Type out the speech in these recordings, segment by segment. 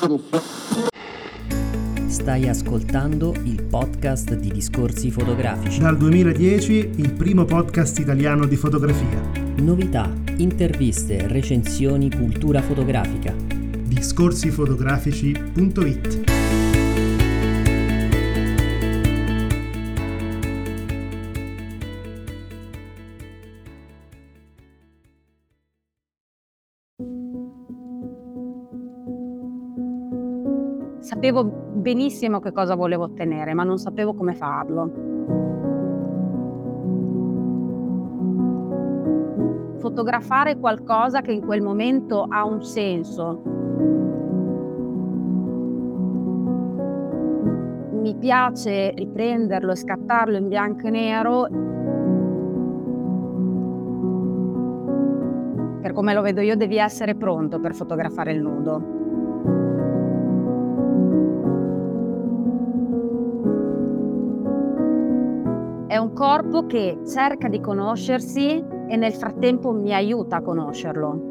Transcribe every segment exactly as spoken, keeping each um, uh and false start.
Stai ascoltando il podcast di Discorsi Fotografici. Dal duemiladieci il primo podcast italiano di fotografia. Novità, interviste, recensioni, cultura fotografica. discorsi fotografici punto it. Sapevo benissimo che cosa volevo ottenere, ma non sapevo come farlo. Fotografare qualcosa che in quel momento ha un senso. Mi piace riprenderlo e scattarlo in bianco e nero. Per come lo vedo io, devi essere pronto per fotografare il nudo. È un corpo che cerca di conoscersi e nel frattempo mi aiuta a conoscerlo.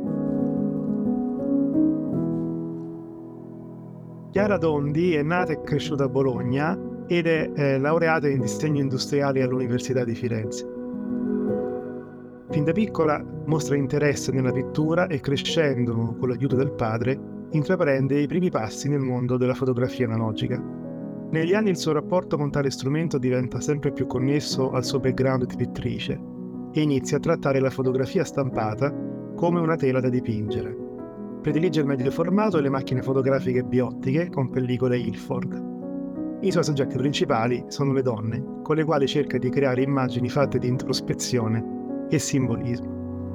Chiara Dondi è nata e cresciuta a Bologna ed è eh, laureata in disegno industriale all'Università di Firenze. Fin da piccola mostra interesse nella pittura e crescendo, con l'aiuto del padre, intraprende i primi passi nel mondo della fotografia analogica. Negli anni il suo rapporto con tale strumento diventa sempre più connesso al suo background di pittrice e inizia a trattare la fotografia stampata come una tela da dipingere. Predilige il medio formato e le macchine fotografiche biottiche con pellicole Ilford. I suoi soggetti principali sono le donne, con le quali cerca di creare immagini fatte di introspezione e simbolismo.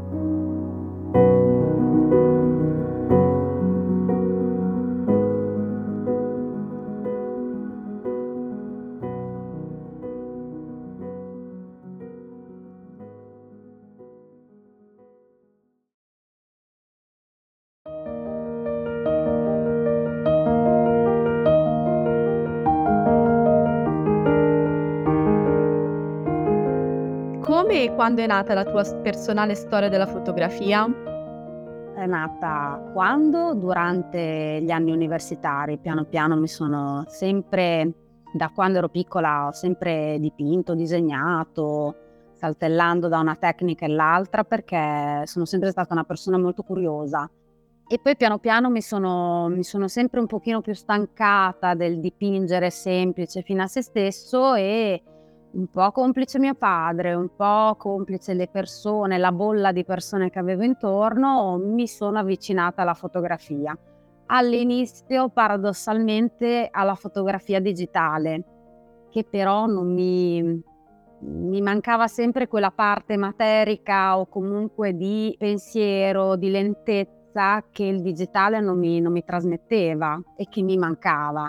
Come e quando è nata la tua personale storia della fotografia? È nata quando? Durante gli anni universitari. Piano piano mi sono sempre, da quando ero piccola, ho sempre dipinto, disegnato, saltellando da una tecnica all'altra perché sono sempre stata una persona molto curiosa. E poi piano piano mi sono, mi sono sempre un pochino più stancata del dipingere semplice fino a se stesso e un po' complice mio padre, un po' complice le persone, la bolla di persone che avevo intorno, mi sono avvicinata alla fotografia. All'inizio, paradossalmente, alla fotografia digitale, che però non mi, mi mancava sempre quella parte materica o comunque di pensiero, di lentezza che il digitale non mi, non mi trasmetteva e che mi mancava.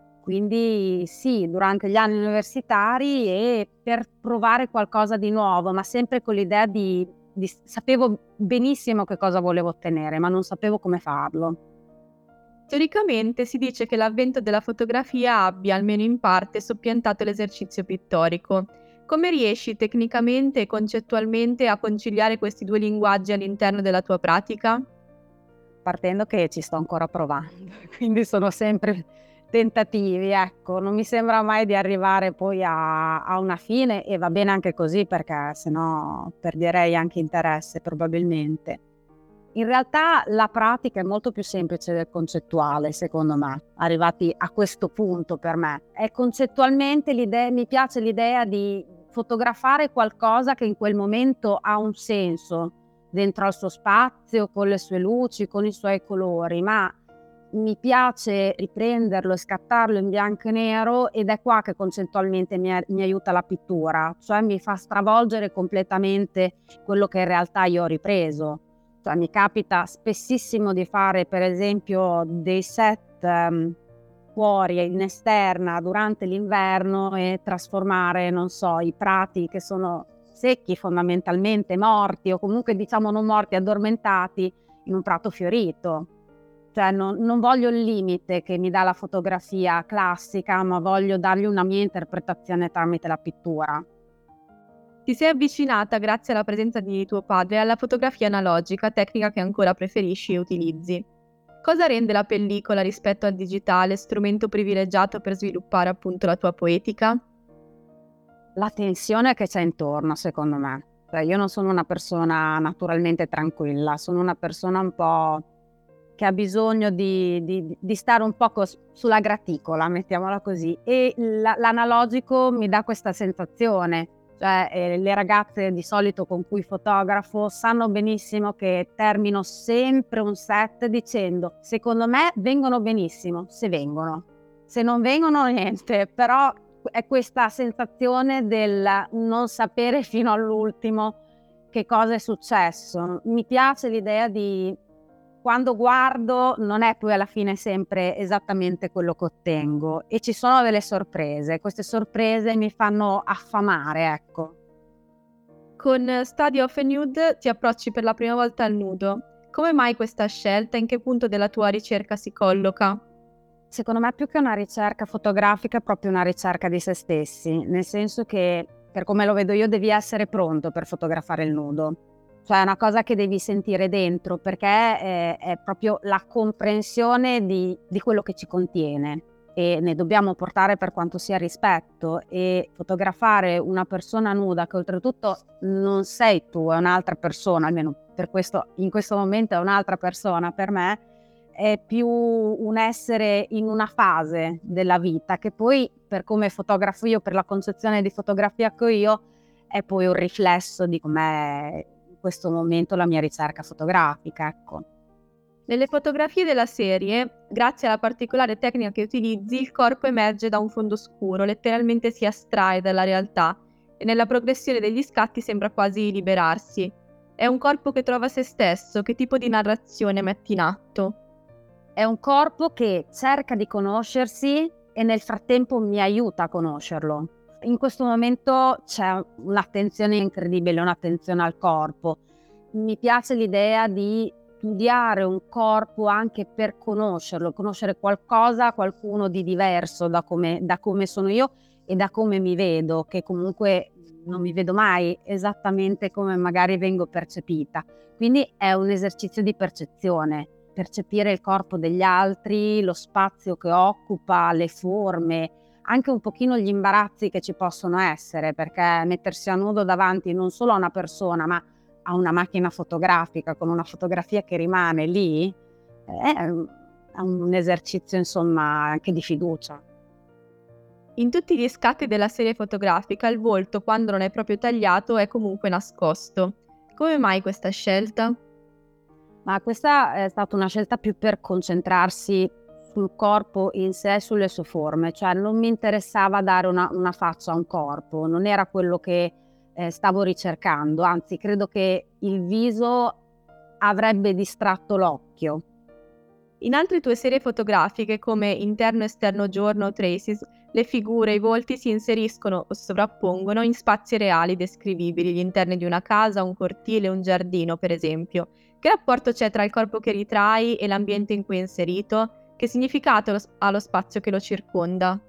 Quindi sì, durante gli anni universitari e per provare qualcosa di nuovo, ma sempre con l'idea di, di... Sapevo benissimo che cosa volevo ottenere, ma non sapevo come farlo. Storicamente si dice che l'avvento della fotografia abbia, almeno in parte, soppiantato l'esercizio pittorico. Come riesci tecnicamente e concettualmente a conciliare questi due linguaggi all'interno della tua pratica? Partendo che ci sto ancora provando, quindi sono sempre tentativi, ecco, non mi sembra mai di arrivare poi a, a una fine e va bene anche così perché sennò perderei anche interesse probabilmente. In realtà la pratica è molto più semplice del concettuale, secondo me, arrivati a questo punto per me. È concettualmente l'idea, mi piace l'idea di fotografare qualcosa che in quel momento ha un senso dentro al suo spazio, con le sue luci, con i suoi colori, ma mi piace riprenderlo e scattarlo in bianco e nero ed è qua che concettualmente mi, mi aiuta la pittura, cioè mi fa stravolgere completamente quello che in realtà io ho ripreso. Cioè, mi capita spessissimo di fare per esempio dei set um, fuori in esterna durante l'inverno e trasformare, non so, i prati che sono secchi fondamentalmente, morti o comunque diciamo non morti, addormentati in un prato fiorito. Cioè non, non voglio il limite che mi dà la fotografia classica, ma voglio dargli una mia interpretazione tramite la pittura. Ti sei avvicinata, grazie alla presenza di tuo padre, alla fotografia analogica, tecnica che ancora preferisci e utilizzi. Cosa rende la pellicola rispetto al digitale strumento privilegiato per sviluppare appunto la tua poetica? La tensione che c'è intorno, secondo me. Cioè, io non sono una persona naturalmente tranquilla, sono una persona un po' che ha bisogno di, di, di stare un po' cos- sulla graticola, mettiamola così, e la, l'analogico mi dà questa sensazione. Cioè, eh, le ragazze di solito con cui fotografo sanno benissimo che termino sempre un set dicendo: secondo me vengono benissimo, se vengono, se non vengono niente, però è questa sensazione del non sapere fino all'ultimo che cosa è successo. Mi piace l'idea di, quando guardo, non è poi alla fine sempre esattamente quello che ottengo e ci sono delle sorprese. Queste sorprese mi fanno affamare, ecco. Con Study of a Nude ti approcci per la prima volta al nudo. Come mai questa scelta? In che punto della tua ricerca si colloca? Secondo me più che una ricerca fotografica è proprio una ricerca di se stessi, nel senso che, per come lo vedo io, devi essere pronto per fotografare il nudo. Cioè è una cosa che devi sentire dentro, perché è, è proprio la comprensione di, di quello che ci contiene e ne dobbiamo portare per quanto sia rispetto, e fotografare una persona nuda che oltretutto non sei tu, è un'altra persona, almeno per questo, in questo momento è un'altra persona per me, è più un essere in una fase della vita che poi, per come fotografo io, per la concezione di fotografia che ho io, è poi un riflesso di com'è in questo momento la mia ricerca fotografica, ecco. Nelle fotografie della serie, grazie alla particolare tecnica che utilizzi, il corpo emerge da un fondo scuro, letteralmente si astrae dalla realtà e nella progressione degli scatti sembra quasi liberarsi. È un corpo che trova se stesso. Che tipo di narrazione metti in atto? È un corpo che cerca di conoscersi e nel frattempo mi aiuta a conoscerlo. In questo momento c'è un'attenzione incredibile, un'attenzione al corpo. Mi piace l'idea di studiare un corpo anche per conoscerlo, conoscere qualcosa, qualcuno di diverso da come, da come sono io e da come mi vedo, che comunque non mi vedo mai esattamente come magari vengo percepita. Quindi è un esercizio di percezione. Percepire il corpo degli altri, lo spazio che occupa, le forme, anche un pochino gli imbarazzi che ci possono essere, perché mettersi a nudo davanti non solo a una persona, ma a una macchina fotografica, con una fotografia che rimane lì, è un esercizio, insomma, anche di fiducia. In tutti gli scatti della serie fotografica il volto, quando non è proprio tagliato, è comunque nascosto. Come mai questa scelta? Ma questa è stata una scelta più per concentrarsi sul corpo in sé, sulle sue forme, cioè non mi interessava dare una, una faccia a un corpo, non era quello che eh, stavo ricercando, anzi credo che il viso avrebbe distratto l'occhio. In altre tue serie fotografiche come Interno, Esterno, Giorno, Traces, le figure e i volti si inseriscono o sovrappongono in spazi reali descrivibili, gli interni di una casa, un cortile, un giardino per esempio. Che rapporto c'è tra il corpo che ritrai e l'ambiente in cui è inserito? Che significato ha lo spazio che lo circonda?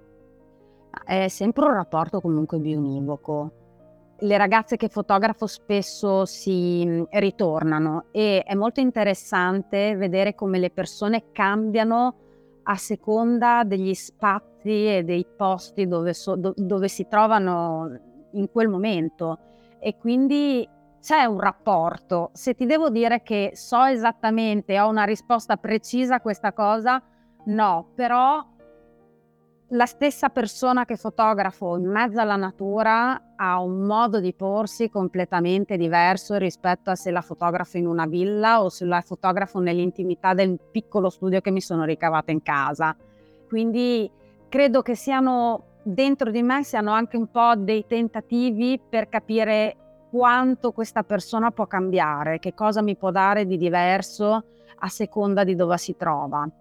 È sempre un rapporto comunque bionivoco. Le ragazze che fotografo spesso si ritornano e è molto interessante vedere come le persone cambiano a seconda degli spazi e dei posti dove, so, do, dove si trovano in quel momento, e quindi c'è un rapporto. Se ti devo dire che so esattamente, ho una risposta precisa a questa cosa, no, però la stessa persona che fotografo in mezzo alla natura ha un modo di porsi completamente diverso rispetto a se la fotografo in una villa o se la fotografo nell'intimità del piccolo studio che mi sono ricavata in casa. Quindi credo che siano dentro di me siano anche un po' dei tentativi per capire quanto questa persona può cambiare, che cosa mi può dare di diverso a seconda di dove si trova.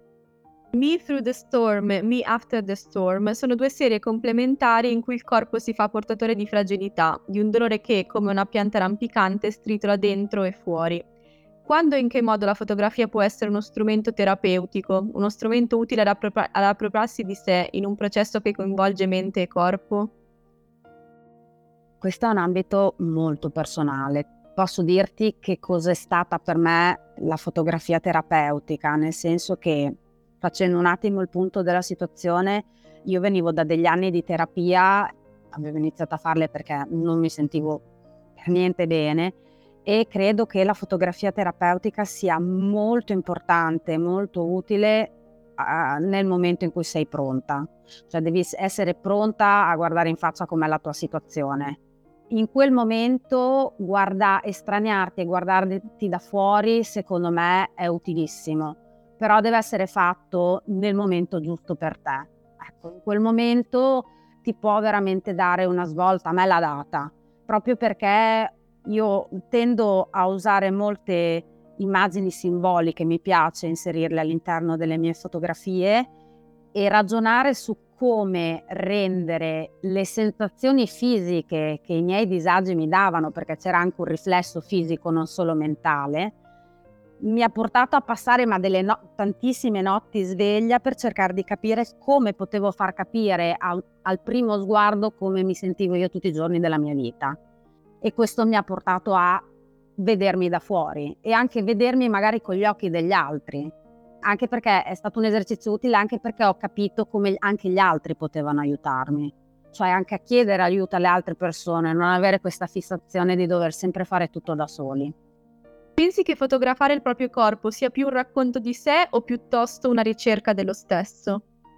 Me Through the Storm, Me After the Storm sono due serie complementari in cui il corpo si fa portatore di fragilità, di un dolore che, come una pianta rampicante, stritola dentro e fuori. Quando e in che modo la fotografia può essere uno strumento terapeutico, uno strumento utile ad, appropri- ad appropriarsi di sé in un processo che coinvolge mente e corpo? Questo è un ambito molto personale. posso dirti che cos'è stata per me la fotografia terapeutica, nel senso che, facendo un attimo il punto della situazione, io venivo da degli anni di terapia, avevo iniziato a farle perché non mi sentivo per niente bene, e credo che la fotografia terapeutica sia molto importante, molto utile uh, nel momento in cui sei pronta. Cioè devi essere pronta a guardare in faccia com'è la tua situazione. In quel momento guarda, estraniarti e guardarti da fuori, secondo me è utilissimo, però deve essere fatto nel momento giusto per te. Ecco, in quel momento ti può veramente dare una svolta, a me l'ha data, proprio perché io tendo a usare molte immagini simboliche, mi piace inserirle all'interno delle mie fotografie e ragionare su come rendere le sensazioni fisiche che i miei disagi mi davano, perché c'era anche un riflesso fisico, non solo mentale, mi ha portato a passare ma delle no- tantissime notti sveglia per cercare di capire come potevo far capire a, al primo sguardo come mi sentivo io tutti i giorni della mia vita. E questo mi ha portato a vedermi da fuori e anche vedermi magari con gli occhi degli altri, anche perché è stato un esercizio utile, anche perché ho capito come anche gli altri potevano aiutarmi, cioè anche a chiedere aiuto alle altre persone, non avere questa fissazione di dover sempre fare tutto da soli. Pensi che fotografare il proprio corpo sia più un racconto di sé o piuttosto una ricerca dello stesso?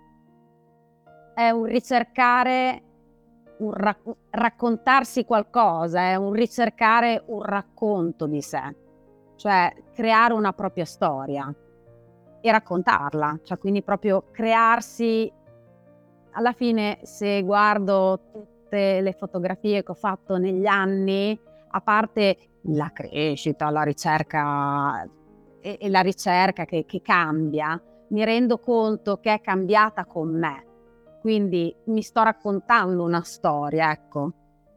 È un ricercare, un rac- raccontarsi qualcosa, è un ricercare un racconto di sé, cioè creare una propria storia e raccontarla, cioè quindi proprio crearsi. Alla fine, se guardo tutte le fotografie che ho fatto negli anni, a parte la crescita, la ricerca e, e la ricerca che, che cambia, mi rendo conto che è cambiata con me, quindi mi sto raccontando una storia, ecco.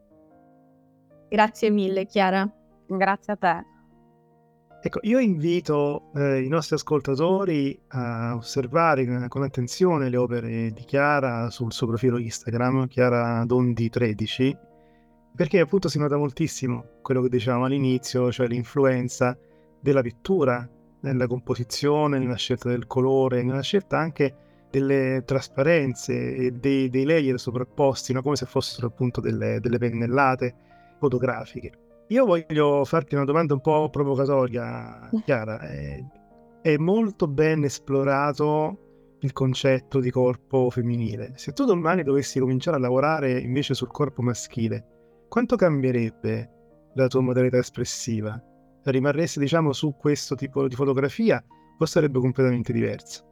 Grazie mille, Chiara. Grazie a te. Ecco, io invito eh, i nostri ascoltatori a osservare con attenzione le opere di Chiara sul suo profilo Instagram, Chiara Dondi tredici, perché appunto si nota moltissimo quello che dicevamo all'inizio, cioè l'influenza della pittura nella composizione, nella scelta del colore, nella scelta anche delle trasparenze e dei, dei layer sovrapposti, no? Come se fossero appunto delle, delle pennellate fotografiche. Io voglio farti una domanda un po' provocatoria, Chiara. È, è molto ben esplorato il concetto di corpo femminile. Se tu domani dovessi cominciare a lavorare invece sul corpo maschile, quanto cambierebbe la tua modalità espressiva? Rimarresti, diciamo, su questo tipo di fotografia o sarebbe completamente diversa?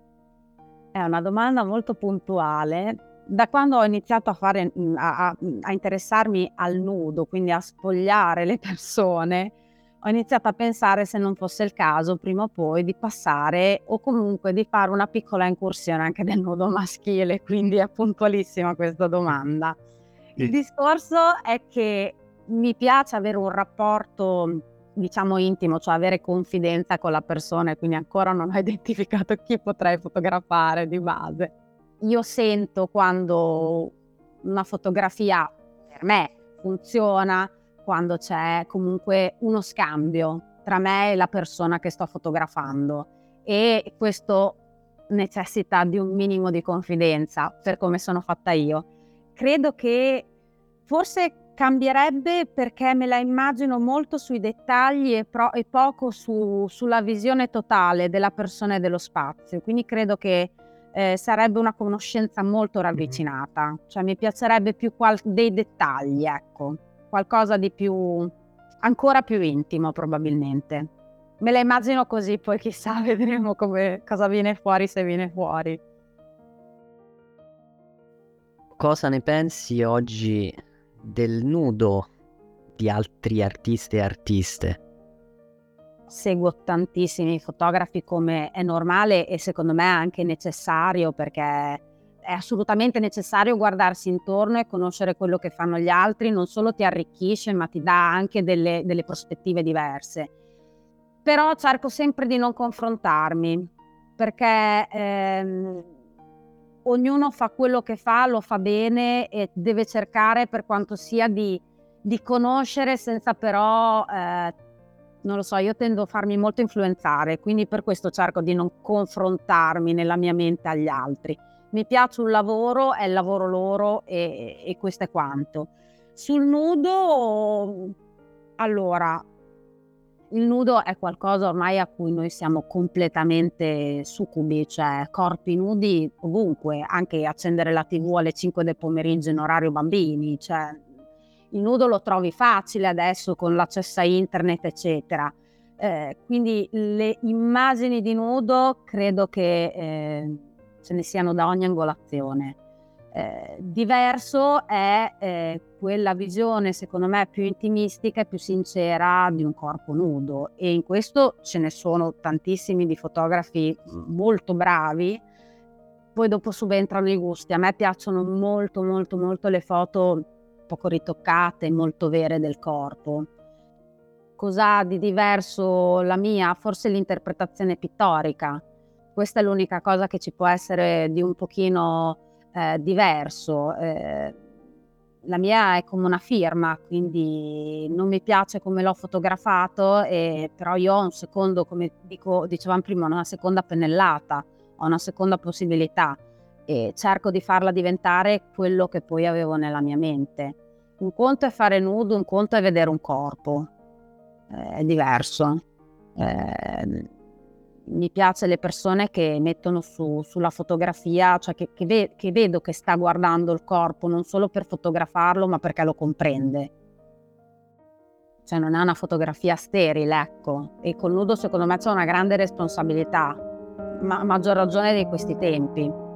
È una domanda molto puntuale. Da quando ho iniziato a fare a, a, a interessarmi al nudo, quindi a spogliare le persone, ho iniziato a pensare se non fosse il caso prima o poi di passare o comunque di fare una piccola incursione anche del nudo maschile, quindi è puntualissima questa domanda. Sì. Il discorso è che mi piace avere un rapporto, diciamo, intimo, cioè avere confidenza con la persona, e quindi ancora non ho identificato chi potrei fotografare di base. Io sento quando una fotografia per me funziona, quando c'è comunque uno scambio tra me e la persona che sto fotografando, e questo necessita di un minimo di confidenza per come sono fatta io. Credo che forse cambierebbe perché me la immagino molto sui dettagli e, pro- e poco su- sulla visione totale della persona e dello spazio, quindi credo che Eh, sarebbe una conoscenza molto ravvicinata, cioè mi piacerebbe più qual- dei dettagli, ecco, qualcosa di più, ancora più intimo probabilmente. Me la immagino così, poi chissà, vedremo come, cosa viene fuori, se viene fuori. Cosa ne pensi oggi del nudo di altri artisti e artiste? Seguo tantissimi fotografi, come è normale e secondo me anche necessario, perché è assolutamente necessario guardarsi intorno e conoscere quello che fanno gli altri, non solo ti arricchisce ma ti dà anche delle, delle prospettive diverse. Però cerco sempre di non confrontarmi, perché ehm, ognuno fa quello che fa, lo fa bene e deve cercare per quanto sia di di conoscere senza però, eh, non lo so, io tendo a farmi molto influenzare, quindi per questo cerco di non confrontarmi nella mia mente agli altri. Mi piace un lavoro, è il lavoro loro e, e questo è quanto. Sul nudo, allora, il nudo è qualcosa ormai a cui noi siamo completamente succubi, cioè corpi nudi ovunque, anche accendere la tivù alle cinque del pomeriggio in orario bambini, cioè il nudo lo trovi facile adesso con l'accesso a internet, eccetera. Eh, quindi le immagini di nudo credo che eh, ce ne siano da ogni angolazione. Eh, diverso è eh, quella visione, secondo me, più intimistica e più sincera di un corpo nudo, e in questo ce ne sono tantissimi di fotografi molto bravi. Poi dopo subentrano i gusti. A me piacciono molto molto molto le foto poco ritoccate, molto vere del corpo. Cos'ha di diverso la mia? Forse l'interpretazione pittorica. Questa è l'unica cosa che ci può essere di un pochino eh, diverso. Eh, la mia è come una firma, quindi non mi piace come l'ho fotografato, e, però io ho un secondo, come dico, dicevamo prima, una seconda pennellata, ho una seconda possibilità e cerco di farla diventare quello che poi avevo nella mia mente. Un conto è fare nudo, un conto è vedere un corpo, eh, è diverso. Eh, mi piace le persone che mettono su, sulla fotografia, cioè che, che, ve, che vedo che sta guardando il corpo non solo per fotografarlo, ma perché lo comprende. Cioè non è una fotografia sterile, ecco. E col nudo secondo me c'è una grande responsabilità, ma a maggior ragione di questi tempi.